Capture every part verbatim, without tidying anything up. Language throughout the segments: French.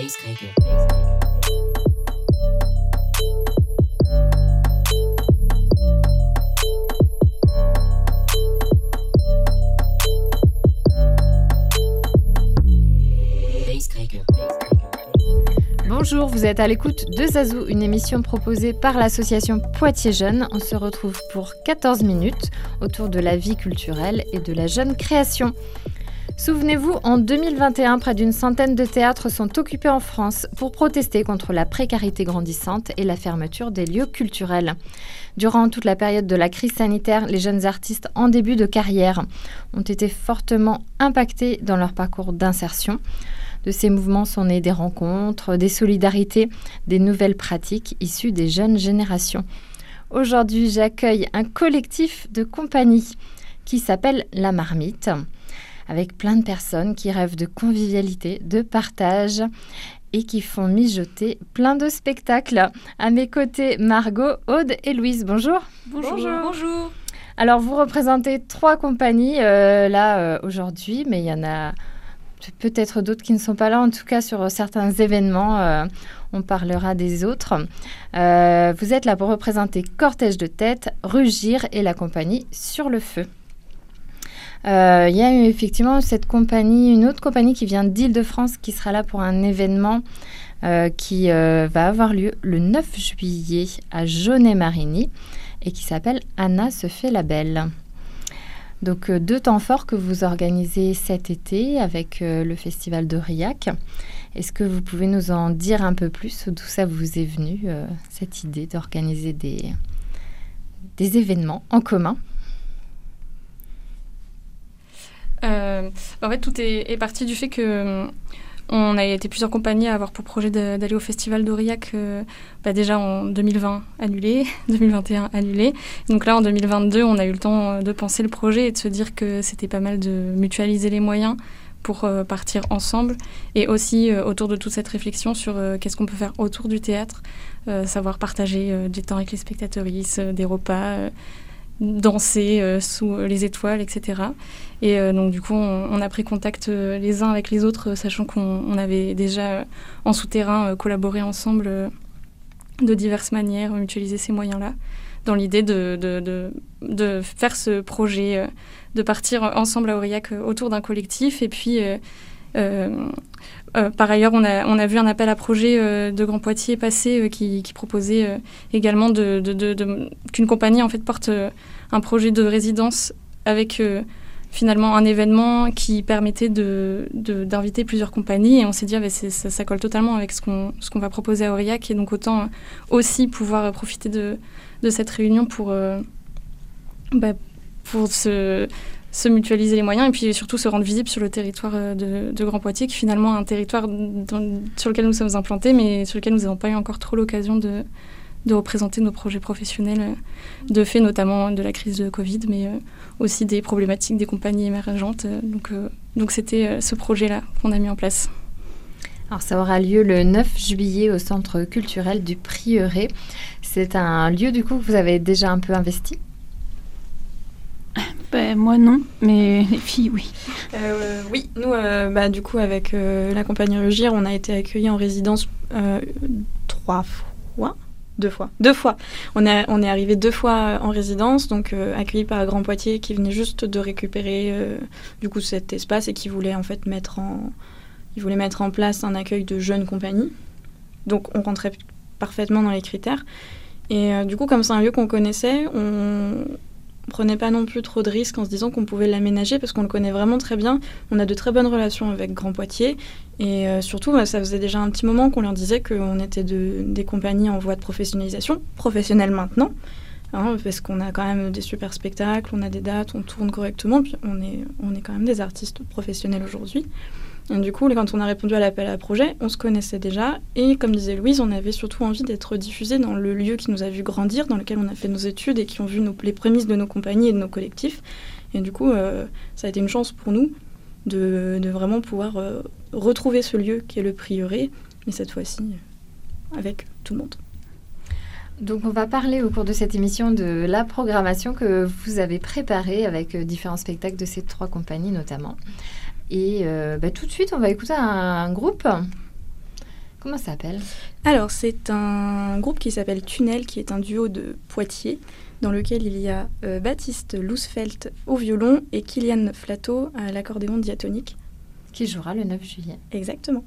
Bonjour, vous êtes à l'écoute de Zazou, une émission proposée par l'association Poitiers Jeunes. On se retrouve pour quatorze minutes autour de la vie culturelle et de la jeune création. Souvenez-vous, en deux mille vingt et un, près d'une centaine de théâtres sont occupés en France pour protester contre la précarité grandissante et la fermeture des lieux culturels. Durant toute la période de la crise sanitaire, les jeunes artistes en début de carrière ont été fortement impactés dans leur parcours d'insertion. De ces mouvements sont nées des rencontres, des solidarités, des nouvelles pratiques issues des jeunes générations. Aujourd'hui, j'accueille un collectif de compagnie qui s'appelle La Marmite, avec plein de personnes qui rêvent de convivialité, de partage et qui font mijoter plein de spectacles. À mes côtés, Margot, Aude et Louise. Bonjour. Bonjour. Bonjour. Bonjour. Alors, vous représentez trois compagnies euh, là euh, aujourd'hui, mais il y en a peut-être d'autres qui ne sont pas là. En tout cas, sur certains événements, euh, on parlera des autres. Euh, vous êtes là pour représenter Cortège de Tête, Rugir et la compagnie Sur le Feu. Il euh, y a eu effectivement cette compagnie, une autre compagnie qui vient d'Île-de-France qui sera là pour un événement euh, qui euh, va avoir lieu le neuf juillet à Jaunet-Marigny et qui s'appelle Anna se fait la belle. Donc euh, deux temps forts que vous organisez cet été avec euh, le festival d'Aurillac. Est-ce que vous pouvez nous en dire un peu plus, d'où ça vous est venu, euh, cette idée d'organiser des, des événements en commun ? Euh, en fait, tout est, est parti du fait que euh, on a été plusieurs compagnies à avoir pour projet de, d'aller au festival d'Aurillac, euh, bah déjà en deux mille vingt annulé, deux mille vingt et un annulé. Donc là, en deux mille vingt-deux, on a eu le temps de penser le projet et de se dire que c'était pas mal de mutualiser les moyens pour euh, partir ensemble, et aussi euh, autour de toute cette réflexion sur euh, qu'est-ce qu'on peut faire autour du théâtre, euh, savoir partager euh, des temps avec les spectatrices, euh, des repas, euh, danser euh, sous les étoiles, et cetera. Et euh, donc du coup, on, on a pris contact euh, les uns avec les autres, euh, sachant qu'on on avait déjà euh, en souterrain euh, collaboré ensemble euh, de diverses manières, mutualiser ces moyens-là, dans l'idée de, de, de, de faire ce projet, euh, de partir ensemble à Aurillac euh, autour d'un collectif. Et puis, euh, euh, euh, par ailleurs, on a, on a vu un appel à projet euh, de Grand Poitiers passer euh, qui, qui proposait euh, également de, de, de, de, qu'une compagnie en fait, porte euh, un projet de résidence avec euh, finalement un événement qui permettait de, de, d'inviter plusieurs compagnies. Et on s'est dit, ah, bah, c'est, ça, ça colle totalement avec ce qu'on, ce qu'on va proposer à Aurillac. Et donc autant euh, aussi pouvoir euh, profiter de, de cette réunion pour, euh, bah, pour se... se mutualiser les moyens et puis surtout se rendre visible sur le territoire de, de Grand Poitiers, qui est finalement un territoire dans, sur lequel nous sommes implantés, mais sur lequel nous n'avons pas eu encore trop l'occasion de, de représenter nos projets professionnels, de fait notamment de la crise de Covid, mais aussi des problématiques des compagnies émergentes. Donc, euh, donc c'était ce projet-là qu'on a mis en place. Alors ça aura lieu le neuf juillet au Centre culturel du Prieuré. C'est un lieu du coup que vous avez déjà un peu investi ? Ben, moi non, mais les filles oui. Euh, oui, nous euh, bah, du coup avec euh, la compagnie Rugir, on a été accueillis en résidence euh, trois fois, deux fois, deux fois. On est on est arrivé deux fois en résidence, donc euh, accueillis par Grand Poitiers qui venait juste de récupérer euh, du coup cet espace et qui voulait en fait mettre en il voulait mettre en place un accueil de jeunes compagnies. Donc on rentrait parfaitement dans les critères. Et euh, du coup comme c'est un lieu qu'on connaissait, on On prenait pas non plus trop de risques en se disant qu'on pouvait l'aménager parce qu'on le connaît vraiment très bien. On a de très bonnes relations avec Grand Poitiers et euh, surtout, bah, ça faisait déjà un petit moment qu'on leur disait qu'on était de, des compagnies en voie de professionnalisation, professionnelles maintenant, hein, parce qu'on a quand même des super spectacles, on a des dates, on tourne correctement, puis on est, on est quand même des artistes professionnels aujourd'hui. Et du coup, quand on a répondu à l'appel à projet, on se connaissait déjà. Et comme disait Louise, on avait surtout envie d'être diffusés dans le lieu qui nous a vu grandir, dans lequel on a fait nos études et qui ont vu nos, les prémices de nos compagnies et de nos collectifs. Et du coup, euh, ça a été une chance pour nous de, de vraiment pouvoir euh, retrouver ce lieu qui est le Prieuré, mais cette fois-ci avec tout le monde. Donc on va parler au cours de cette émission de la programmation que vous avez préparée avec euh, différents spectacles de ces trois compagnies notamment. Et euh, bah, tout de suite, on va écouter un, un groupe Comment ça s'appelle ? Alors, c'est un groupe qui s'appelle Tunnel, qui est un duo de Poitiers, dans lequel il y a euh, Baptiste Lousfeld au violon et Kylian Flato à l'accordéon diatonique. Qui jouera le neuf juillet. Exactement.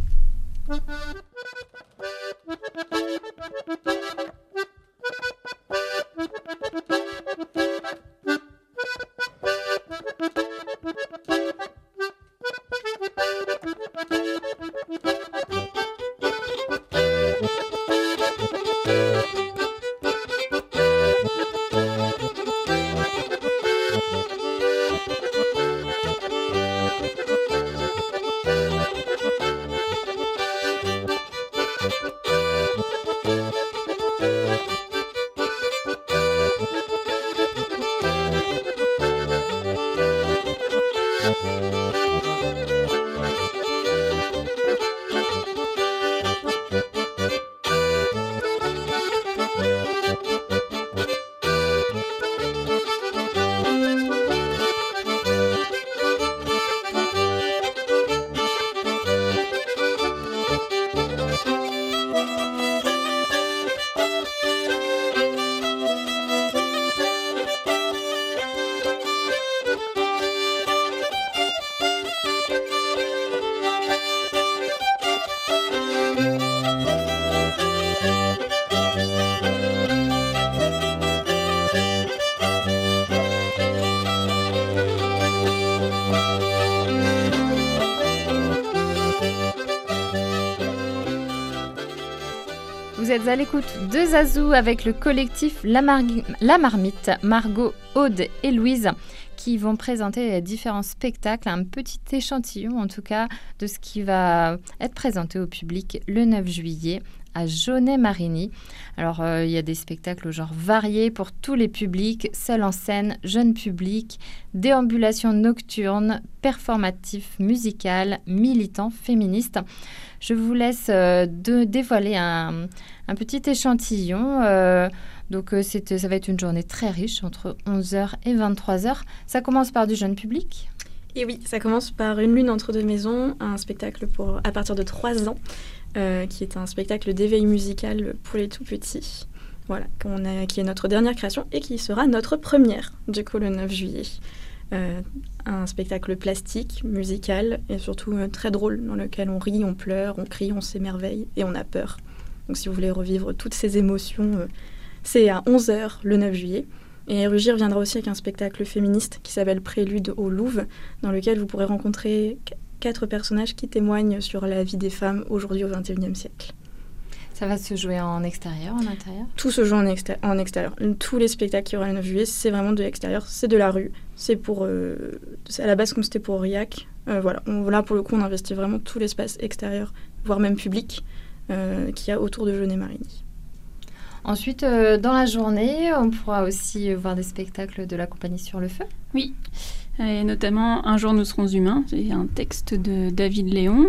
Vous êtes à l'écoute de Zazou avec le collectif La, Mar- La Marmite, Margot, Aude et Louise, qui vont présenter différents spectacles, un petit échantillon en tout cas de ce qui va être présenté au public le neuf juillet à Jaunet-Marigny. Alors euh, il y a des spectacles au genre variés pour tous les publics, seul en scène, jeune public, déambulation nocturne, performatif musical, militant, féministe. Je vous laisse euh, de dévoiler un, un petit échantillon. Euh, donc, euh, c'est, ça va être une journée très riche, entre onze heures et vingt-trois heures. Ça commence par du jeune public. Et oui, ça commence par Une lune entre deux maisons, un spectacle pour, à partir de trois ans, euh, qui est un spectacle d'éveil musical pour les tout-petits. Voilà, qu'on a, qui est notre dernière création et qui sera notre première, du coup, le neuf juillet. Euh, un spectacle plastique, musical et surtout euh, très drôle, dans lequel on rit, on pleure, on crie, on s'émerveille et on a peur. Donc si vous voulez revivre toutes ces émotions, euh, c'est à onze heures le neuf juillet. Et Rugir viendra aussi avec un spectacle féministe qui s'appelle Prélude au Louvre, dans lequel vous pourrez rencontrer qu- quatre personnages qui témoignent sur la vie des femmes aujourd'hui au vingt et unième siècle. Ça va se jouer en extérieur, en intérieur ? Tout se joue en, exté- en extérieur. Tous les spectacles qui aura le neuf juillet, c'est vraiment de l'extérieur, c'est de la rue. C'est pour, euh, c'est à la base comme c'était pour Aurillac. Euh, voilà. On, là, pour le coup, on investit vraiment tout l'espace extérieur, voire même public, euh, qu'il y a autour de Jaunet-Marigny. Ensuite, euh, dans la journée, on pourra aussi voir des spectacles de la compagnie Sur le Feu. Oui, et notamment Un jour nous serons humains. C'est un texte de David Léon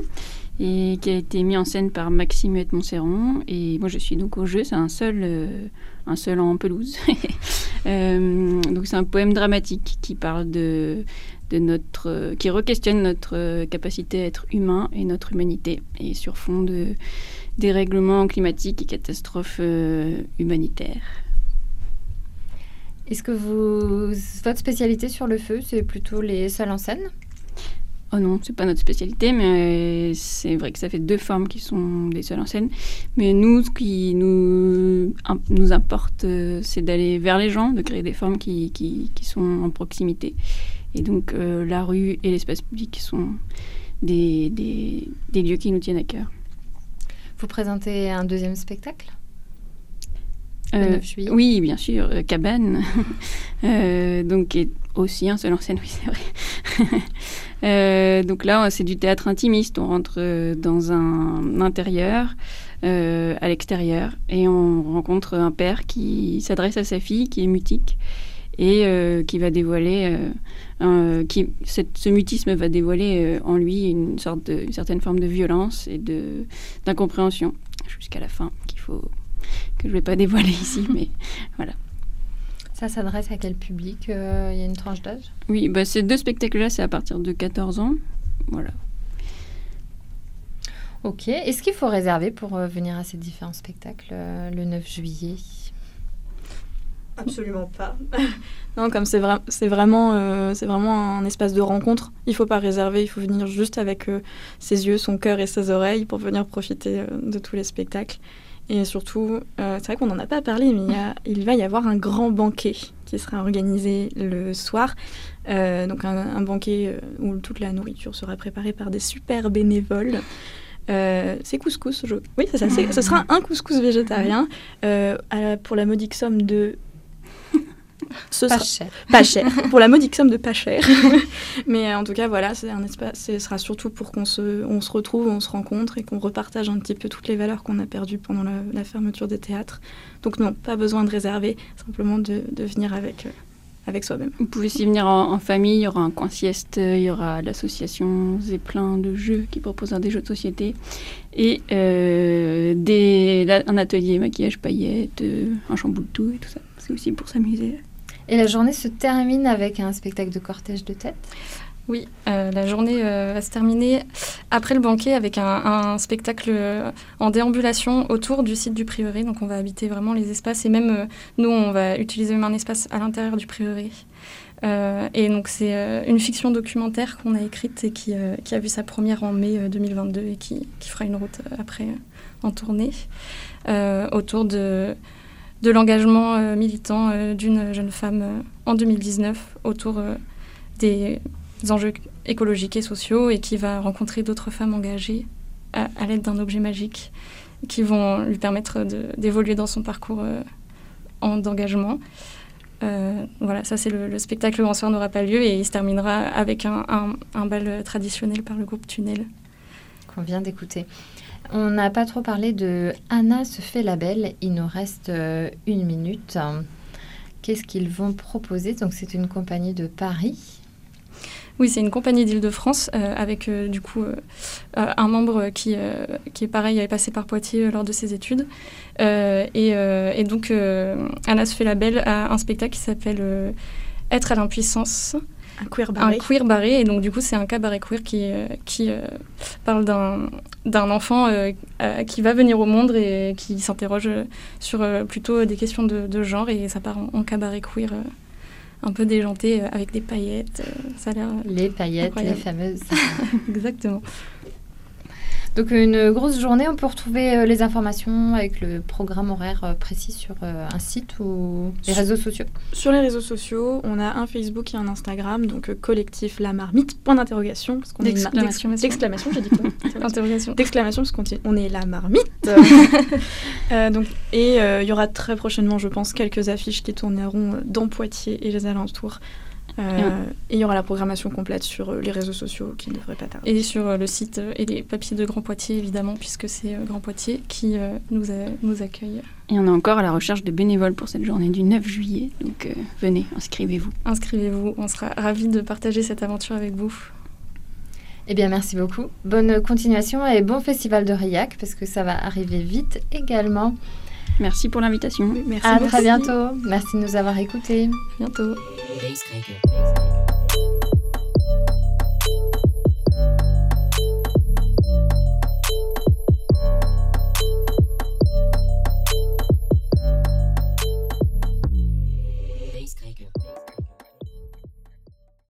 et qui a été mis en scène par Maxime Huette-Montserron. Et moi, je suis donc au jeu. C'est un seul, euh, un seul en pelouse. euh, donc, c'est un poème dramatique qui parle de, de notre, euh, qui re-questionne notre euh, capacité à être humain et notre humanité, et sur fond de dérèglements climatiques et catastrophes euh, humanitaires. Est-ce que vous, votre spécialité Sur le Feu, c'est plutôt les seuls en scène ? Oh non, c'est pas notre spécialité, mais c'est vrai que ça fait deux formes qui sont des seuls en scène. Mais nous, ce qui nous, un, nous importe, euh, c'est d'aller vers les gens, de créer des formes qui, qui, qui sont en proximité. Et donc, euh, la rue et l'espace public sont des, des, des lieux qui nous tiennent à cœur. Vous présentez un deuxième spectacle ? Le Euh, neuf juillet. Oui, bien sûr, euh, Cabane, euh, donc qui est aussi un seul en scène, oui, c'est vrai. euh, donc là, c'est du théâtre intimiste. On rentre euh, dans un intérieur, euh, à l'extérieur, et on rencontre un père qui s'adresse à sa fille, qui est mutique, et euh, qui va dévoiler, euh, un, qui, cette, ce mutisme va dévoiler euh, en lui une, sorte de, une certaine forme de violence et de, d'incompréhension, jusqu'à la fin, qu'il faut... que je ne vais pas dévoiler ici, mais voilà. Ça s'adresse à quel public ? Il euh, y a une tranche d'âge ? Oui, bah, ces deux spectacles-là, c'est à partir de quatorze ans. Voilà. Ok. Est-ce qu'il faut réserver pour euh, venir à ces différents spectacles euh, le neuf juillet ? Absolument pas. Non, comme c'est, vra- c'est, vraiment, euh, c'est vraiment un espace de rencontre, il ne faut pas réserver, il faut venir juste avec euh, ses yeux, son cœur et ses oreilles pour venir profiter euh, de tous les spectacles. Et surtout, euh, c'est vrai qu'on n'en a pas parlé, mais il, y a, il va y avoir un grand banquet qui sera organisé le soir. Euh, donc un, un banquet euh, où toute la nourriture sera préparée par des super bénévoles. Euh, c'est couscous, je... oui, c'est ça. C'est... Ce sera un couscous végétarien euh, à la... pour la modique somme de... Ce pas sera... cher. Pas cher. Pour la modique somme de pas cher. Mais euh, en tout cas, voilà, c'est un espace. Ce sera surtout pour qu'on se, on se retrouve, on se rencontre et qu'on repartage un petit peu toutes les valeurs qu'on a perdues pendant la, la fermeture des théâtres. Donc non, pas besoin de réserver, simplement de, de venir avec, euh, avec soi-même. Vous pouvez aussi venir en, en famille, il y aura un coin sieste, il y aura l'association Zeppelin de jeux qui proposera des jeux de société et euh, des, là, un atelier maquillage paillettes, euh, un chamboule tout et tout ça. C'est aussi pour s'amuser. Et la journée se termine avec un spectacle de cortège de tête ? Oui, euh, la journée euh, va se terminer après le banquet avec un, un spectacle euh, en déambulation autour du site du prieuré. Donc on va habiter vraiment les espaces et même euh, nous on va utiliser même un espace à l'intérieur du prieuré. Euh, et donc c'est euh, une fiction documentaire qu'on a écrite et qui, euh, qui a vu sa première en mai euh, deux mille vingt-deux et qui, qui fera une route euh, après euh, en tournée euh, autour de... de l'engagement euh, militant euh, d'une jeune femme euh, en deux mille dix-neuf autour euh, des enjeux écologiques et sociaux et qui va rencontrer d'autres femmes engagées à, à l'aide d'un objet magique qui vont lui permettre de, d'évoluer dans son parcours euh, en, d'engagement. Euh, voilà, ça c'est le, le spectacle en soir n'aura pas lieu et il se terminera avec un, un, un bal traditionnel par le groupe Tunnel. Qu'on vient d'écouter. On n'a pas trop parlé de Anna se fait la belle. Il nous reste euh, une minute. Qu'est-ce qu'ils vont proposer ? Donc, c'est une compagnie de Paris. Oui, c'est une compagnie d'Île-de-France euh, avec euh, du coup euh, euh, un membre qui, euh, qui est pareil, avait passé par Poitiers euh, lors de ses études. Euh, et, euh, et donc, euh, Anna se fait la belle à un spectacle qui s'appelle euh, Être à l'impuissance. Un queer barré. Un queer barré, et donc du coup c'est un cabaret queer qui, euh, qui euh, parle d'un, d'un enfant euh, euh, qui va venir au monde et qui s'interroge sur euh, plutôt des questions de, de genre, et ça part en, en cabaret queer euh, un peu déjanté euh, avec des paillettes. Euh, ça a l'air euh, les paillettes, incroyable. Les fameuses. Exactement. Donc une grosse journée, on peut retrouver euh, les informations avec le programme horaire euh, précis sur euh, un site ou les réseaux sociaux. Sur les réseaux sociaux, on a un Facebook et un Instagram, donc euh, collectif La Marmite, point d'interrogation. Parce qu'on d'exclamation. Est ma- d'exclamation, j'ai dit quoi Interrogation. D'exclamation, parce qu'on t- on est La Marmite. euh, donc, et il euh, y aura très prochainement, je pense, quelques affiches qui tourneront dans Poitiers et les alentours. Euh, et il y aura la programmation complète sur euh, les réseaux sociaux qui ne devrait pas tarder. Et sur euh, le site euh, et les papiers de Grand Poitiers, évidemment, puisque c'est euh, Grand Poitiers qui euh, nous, a, nous accueille. Et on est encore à la recherche de bénévoles pour cette journée du neuf juillet. Donc euh, venez, inscrivez-vous. Inscrivez-vous, on sera ravis de partager cette aventure avec vous. Eh bien, merci beaucoup. Bonne continuation et bon festival d'Aurillac, parce que ça va arriver vite également. Merci pour l'invitation. Merci. À merci. très bientôt. Merci de nous avoir écoutés. Bientôt. Bass maker.